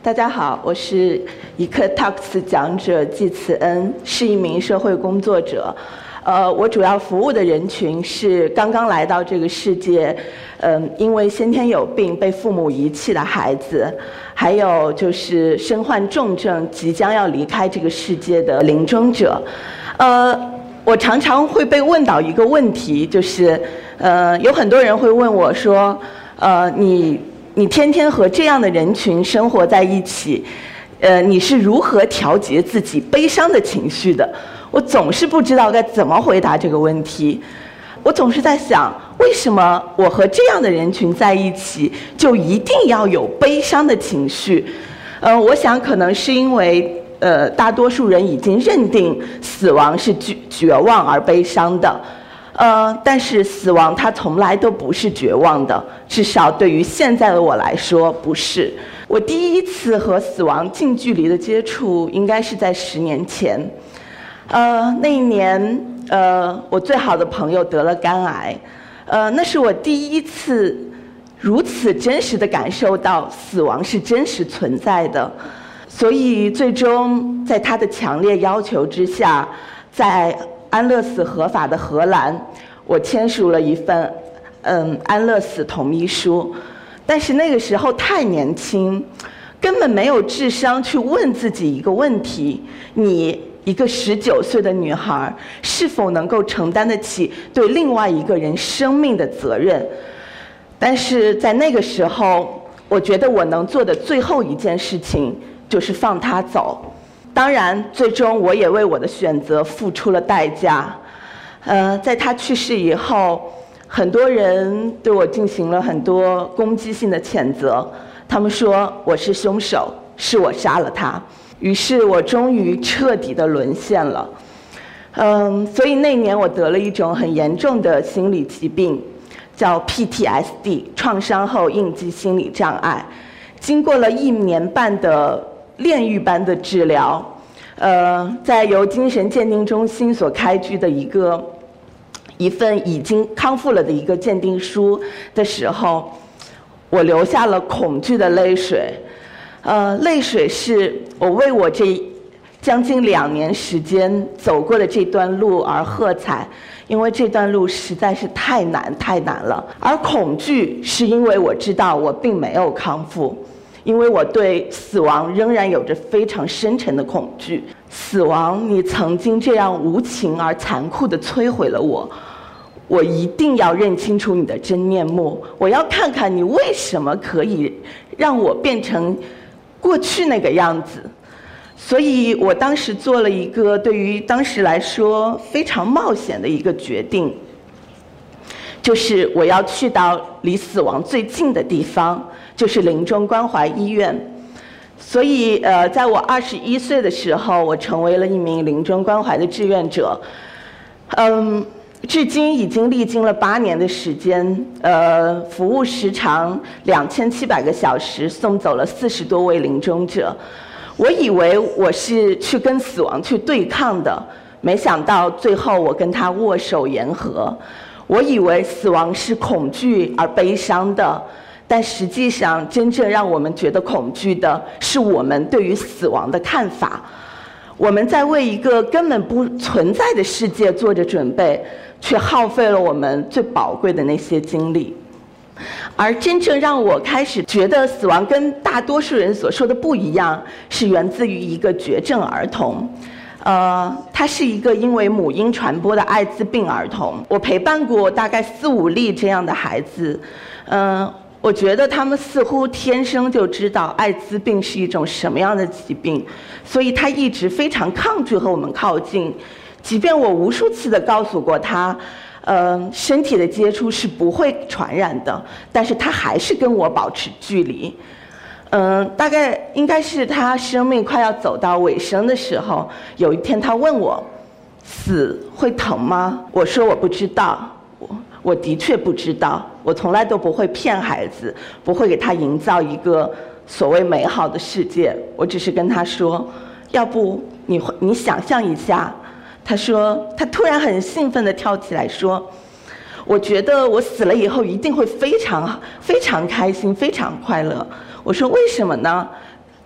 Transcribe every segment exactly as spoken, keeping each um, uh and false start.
大家好，我是一课 Talks 讲者季慈恩，是一名社会工作者。呃，我主要服务的人群是刚刚来到这个世界，嗯、呃，因为先天有病被父母遗弃的孩子，还有就是身患重症即将要离开这个世界的临终者。呃，我常常会被问到一个问题，就是呃，有很多人会问我说，呃，你。你天天和这样的人群生活在一起，呃，你是如何调节自己悲伤的情绪的？我总是不知道该怎么回答这个问题。我总是在想，为什么我和这样的人群在一起，就一定要有悲伤的情绪？呃，我想可能是因为，呃，大多数人已经认定死亡是绝绝望而悲伤的。呃，但是死亡它从来都不是绝望的，至少对于现在的我来说不是。我第一次和死亡近距离的接触应该是在十年前。呃，那一年，呃，我最好的朋友得了肝癌，呃，那是我第一次如此真实地感受到死亡是真实存在的。所以最终在他的强烈要求之下，在安乐死合法的荷兰，我签署了一份嗯安乐死同意书。但是那个时候太年轻，根本没有智商去问自己一个问题：你一个十九岁的女孩，是否能够承担得起对另外一个人生命的责任？但是在那个时候，我觉得我能做的最后一件事情就是放他走。当然，最终我也为我的选择付出了代价。呃，在他去世以后，很多人对我进行了很多攻击性的谴责，他们说我是凶手，是我杀了他。于是我终于彻底的沦陷了。嗯，所以那年我得了一种很严重的心理疾病，叫 P T S D 创伤后应激心理障碍。经过了一年半的炼狱般的治疗，呃，在由精神鉴定中心所开具的一个一份已经康复了的一个鉴定书的时候，我流下了恐惧的泪水。呃，泪水是我为我这将近两年时间走过的这段路而喝彩，因为这段路实在是太难太难了。而恐惧是因为我知道我并没有康复。因为我对死亡仍然有着非常深沉的恐惧。死亡，你曾经这样无情而残酷地摧毁了我，我一定要认清楚你的真面目，我要看看你为什么可以让我变成过去那个样子。所以我当时做了一个对于当时来说非常冒险的一个决定，就是我要去到离死亡最近的地方，就是临终关怀医院。所以呃，在我二十一岁的时候，我成为了一名临终关怀的志愿者。嗯，至今已经历经了八年的时间，呃，服务时长两千七百个小时，送走了四十多位临终者。我以为我是去跟死亡去对抗的，没想到最后我跟他握手言和。我以为死亡是恐惧而悲伤的，但实际上真正让我们觉得恐惧的是我们对于死亡的看法。我们在为一个根本不存在的世界做着准备，却耗费了我们最宝贵的那些精力。而真正让我开始觉得死亡跟大多数人所说的不一样，是源自于一个绝症儿童。呃，他是一个因为母婴传播的艾滋病儿童。我陪伴过大概四五例这样的孩子，嗯、呃，我觉得他们似乎天生就知道艾滋病是一种什么样的疾病，所以他一直非常抗拒和我们靠近。即便我无数次的告诉过他，呃，身体的接触是不会传染的，但是他还是跟我保持距离。嗯，大概应该是他生命快要走到尾声的时候，有一天他问我，死会疼吗？我说我不知道，我我的确不知道，我从来都不会骗孩子，不会给他营造一个所谓美好的世界。我只是跟他说，要不你你想象一下。他说，他突然很兴奋地跳起来说，我觉得我死了以后一定会非常非常开心，非常快乐。我说为什么呢？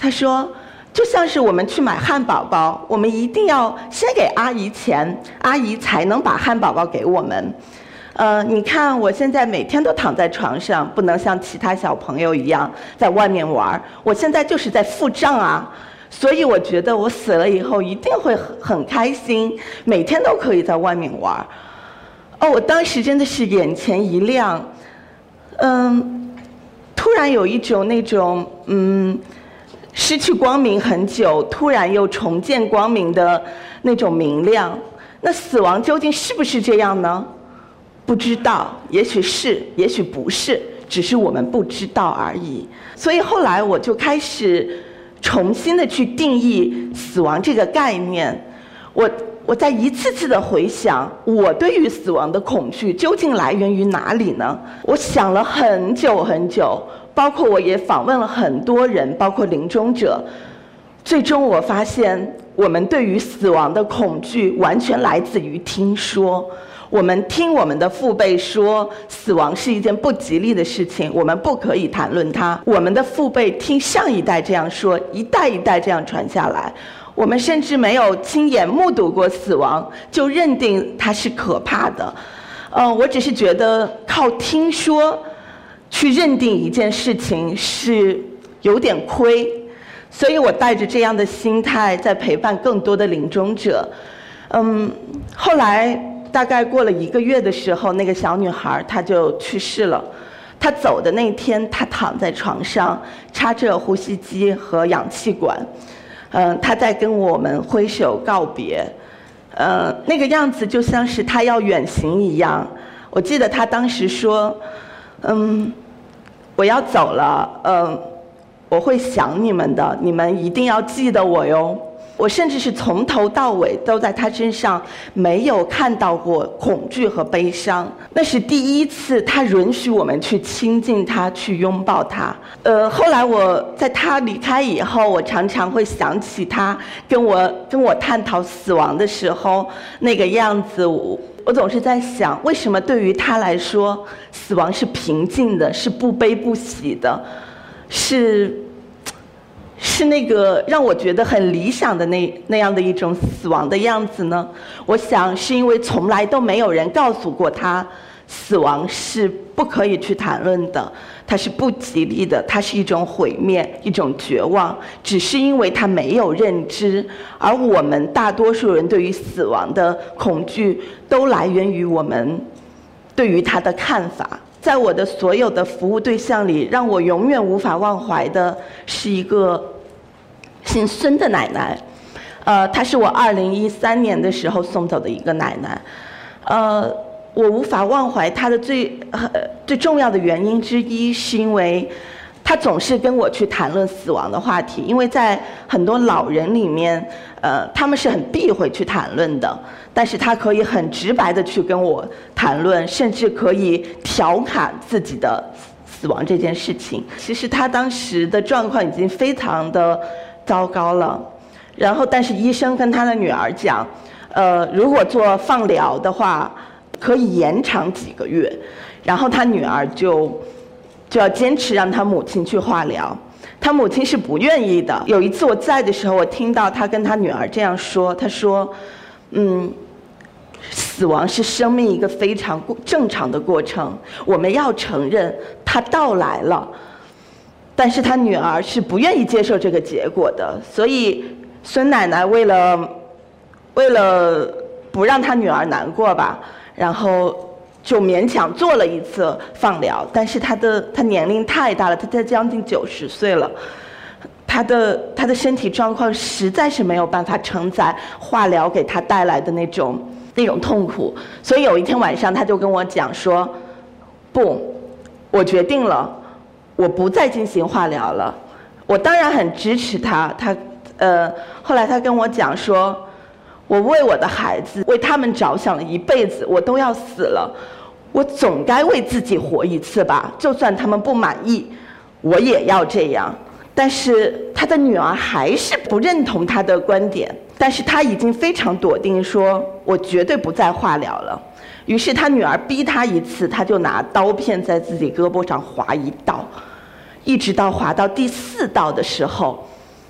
他说，就像是我们去买汉堡包，我们一定要先给阿姨钱，阿姨才能把汉堡包给我们。呃，你看我现在每天都躺在床上，不能像其他小朋友一样在外面玩，我现在就是在付账啊。所以我觉得我死了以后一定会很很开心，每天都可以在外面玩。哦，我当时真的是眼前一亮，嗯，突然有一种那种嗯，失去光明很久，突然又重见光明的那种明亮。那死亡究竟是不是这样呢？不知道，也许是，也许不是，只是我们不知道而已。所以后来我就开始重新的去定义死亡这个概念。我我在一次次的回想，我对于死亡的恐惧究竟来源于哪里呢？我想了很久很久，包括我也访问了很多人，包括临终者。最终我发现，我们对于死亡的恐惧完全来自于听说。我们听我们的父辈说，死亡是一件不吉利的事情，我们不可以谈论它。我们的父辈听上一代这样说，一代一代这样传下来。我们甚至没有亲眼目睹过死亡，就认定它是可怕的。呃，我只是觉得靠听说去认定一件事情是有点亏，所以我带着这样的心态在陪伴更多的临终者。嗯，后来大概过了一个月的时候，那个小女孩她就去世了。她走的那天，她躺在床上，插着呼吸机和氧气管。嗯，她在跟我们挥手告别。呃，那个样子就像是她要远行一样。我记得她当时说：“嗯，我要走了，嗯，我会想你们的，你们一定要记得我哟。”我甚至是从头到尾都在他身上没有看到过恐惧和悲伤，那是第一次他允许我们去亲近他，去拥抱他。呃，后来我在他离开以后，我常常会想起他跟我跟我探讨死亡的时候那个样子。我我总是在想，为什么对于他来说，死亡是平静的，是不悲不喜的，是。是那个让我觉得很理想的那那样的一种死亡的样子呢？我想是因为从来都没有人告诉过他，死亡是不可以去谈论的，它是不吉利的，它是一种毁灭，一种绝望。只是因为他没有认知，而我们大多数人对于死亡的恐惧，都来源于我们对于他的看法。在我的所有的服务对象里，让我永远无法忘怀的是一个姓孙的奶奶。呃，她是我二零一三年的时候送走的一个奶奶。呃，我无法忘怀她的最呃最重要的原因之一，是因为她总是跟我去谈论死亡的话题。因为在很多老人里面，呃，他们是很避讳去谈论的。但是他可以很直白的去跟我谈论，甚至可以调侃自己的死亡这件事情。其实他当时的状况已经非常的糟糕了，然后但是医生跟他的女儿讲，呃，如果做放疗的话，可以延长几个月，然后他女儿就就要坚持让他母亲去化疗。他母亲是不愿意的。有一次我在的时候，我听到他跟他女儿这样说，他说，嗯，死亡是生命一个非常正常的过程，我们要承认它到来了。但是他女儿是不愿意接受这个结果的，所以孙奶奶为了为了不让他女儿难过吧，然后就勉强做了一次放疗。但是他的他年龄太大了，他才将近九十岁了。他的他的身体状况实在是没有办法承载化疗给他带来的那种那种痛苦，所以有一天晚上他就跟我讲说，不，我决定了，我不再进行化疗了。我当然很支持他，他呃后来他跟我讲说，我为我的孩子为他们着想了一辈子，我都要死了，我总该为自己活一次吧，就算他们不满意，我也要这样。但是他的女儿还是不认同他的观点，但是他已经非常笃定说，我绝对不再化疗了。于是他女儿逼他一次，他就拿刀片在自己胳膊上划一刀，一直到划到第四刀的时候，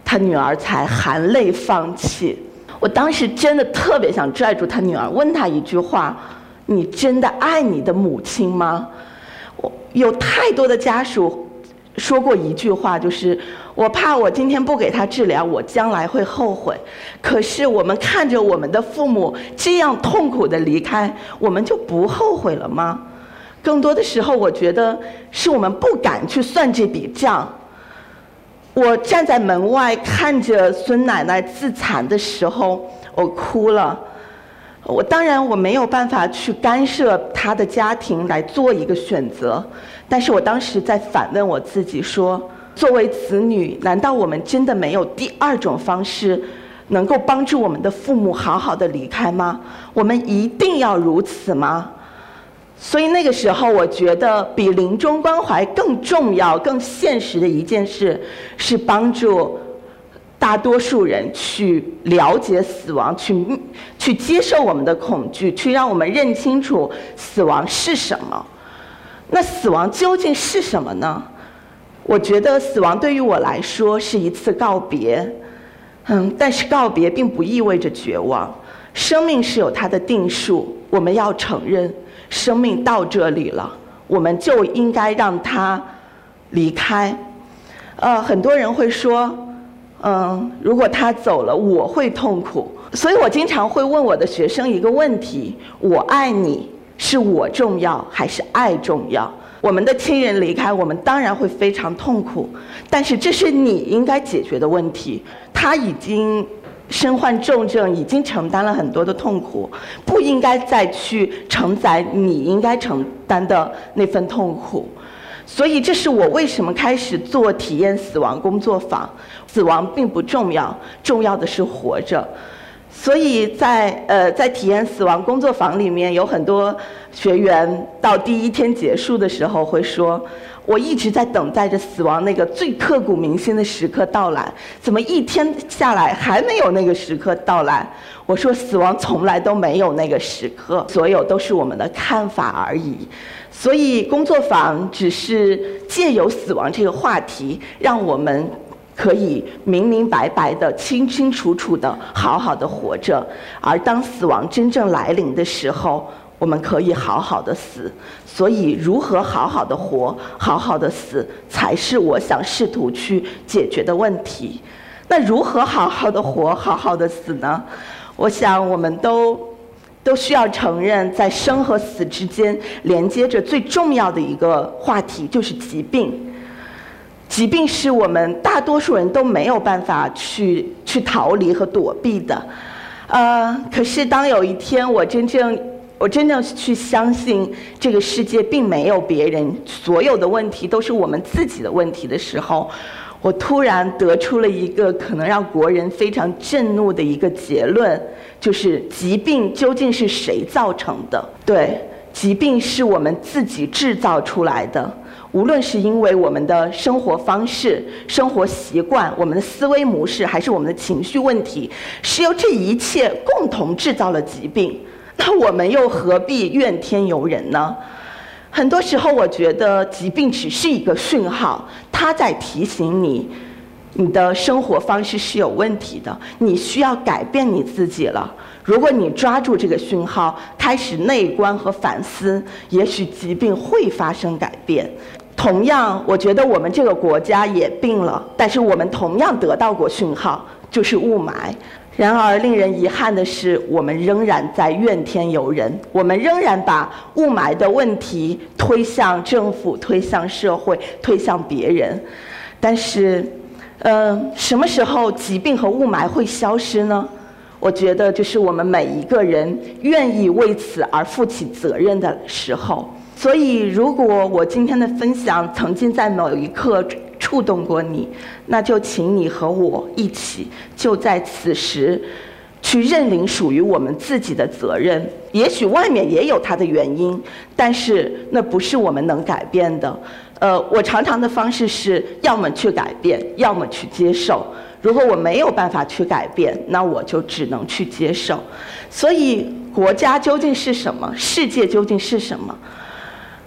他女儿才含泪放弃。我当时真的特别想拽住他女儿，问他一句话：你真的爱你的母亲吗？我有太多的家属说过一句话，就是我怕我今天不给他治疗，我将来会后悔。可是我们看着我们的父母这样痛苦的离开，我们就不后悔了吗？更多的时候，我觉得是我们不敢去算这笔账。我站在门外看着孙奶奶自残的时候，我哭了。我当然我没有办法去干涉她的家庭来做一个选择，但是我当时在反问我自己说，作为子女，难道我们真的没有第二种方式能够帮助我们的父母好好的离开吗？我们一定要如此吗？所以那个时候，我觉得比临终关怀更重要、更现实的一件事，是帮助大多数人去了解死亡，去去接受我们的恐惧，去让我们认清楚死亡是什么。那死亡究竟是什么呢？我觉得死亡对于我来说是一次告别，嗯，但是告别并不意味着绝望。生命是有它的定数，我们要承认。生命到这里了，我们就应该让它离开。呃，很多人会说，嗯，如果他走了，我会痛苦。所以我经常会问我的学生一个问题：我爱你，是我重要还是爱重要？我们的亲人离开，我们当然会非常痛苦，但是这是你应该解决的问题。他已经身患重症，已经承担了很多的痛苦，不应该再去承载你应该承担的那份痛苦。所以这是我为什么开始做体验死亡工作坊。死亡并不重要，重要的是活着。所以在呃在体验死亡工作坊里面，有很多学员到第一天结束的时候会说，我一直在等待着死亡那个最刻骨铭心的时刻到来，怎么一天下来还没有那个时刻到来？我说死亡从来都没有那个时刻，所有都是我们的看法而已。所以工作坊只是借由死亡这个话题，让我们可以明明白白的、清清楚楚的、好好的活着。而当死亡真正来临的时候，我们可以好好的死。所以如何好好的活、好好的死，才是我想试图去解决的问题。那如何好好的活、好好的死呢？我想我们都都需要承认，在生和死之间连接着最重要的一个话题，就是疾病。疾病是我们大多数人都没有办法去去逃离和躲避的，呃，可是当有一天我真正我真正去相信这个世界并没有别人，所有的问题都是我们自己的问题的时候，我突然得出了一个可能让国人非常震怒的一个结论，就是疾病究竟是谁造成的？对，疾病是我们自己制造出来的。无论是因为我们的生活方式、生活习惯、我们的思维模式，还是我们的情绪问题，是由这一切共同制造了疾病。那我们又何必怨天尤人呢？很多时候，我觉得疾病只是一个讯号，它在提醒你，你的生活方式是有问题的，你需要改变你自己了。如果你抓住这个讯号，开始内观和反思，也许疾病会发生改变。同样，我觉得我们这个国家也病了，但是我们同样得到过讯号，就是雾霾。然而令人遗憾的是，我们仍然在怨天尤人，我们仍然把雾霾的问题推向政府、推向社会、推向别人。但是，呃，什么时候疾病和雾霾会消失呢？我觉得这是我们每一个人愿意为此而负起责任的时候。所以，如果我今天的分享曾经在某一刻触动过你，那就请你和我一起，就在此时，去认领属于我们自己的责任。也许外面也有它的原因，但是那不是我们能改变的。呃，我常常的方式是，要么去改变，要么去接受。如果我没有办法去改变，那我就只能去接受。所以，国家究竟是什么？世界究竟是什么？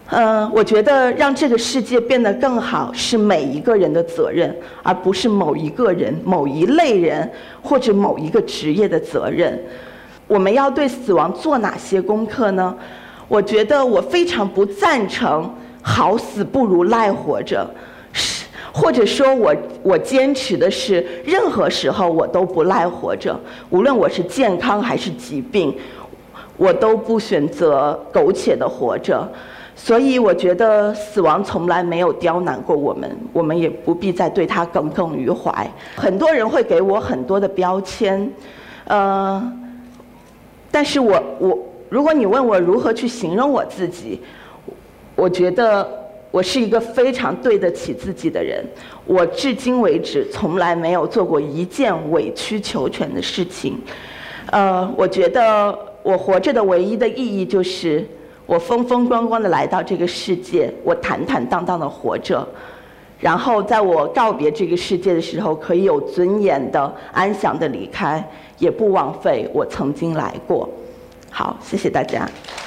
呃，我觉得让这个世界变得更好是每一个人的责任，而不是某一个人、某一类人或者某一个职业的责任。我们要对死亡做哪些功课呢？我觉得我非常不赞成好死不如赖活着，是或者说我我坚持的是任何时候我都不赖活着，无论我是健康还是疾病，我都不选择苟且的活着。所以我觉得死亡从来没有刁难过我们，我们也不必再对它耿耿于怀。很多人会给我很多的标签，呃，但是我我如果你问我如何去形容我自己，我觉得我是一个非常对得起自己的人。我至今为止从来没有做过一件委曲求全的事情。呃，我觉得我活着的唯一的意义就是我风风光光的来到这个世界，我坦坦荡荡的活着，然后在我告别这个世界的时候，可以有尊严的、安详的离开，也不枉费我曾经来过。好，谢谢大家。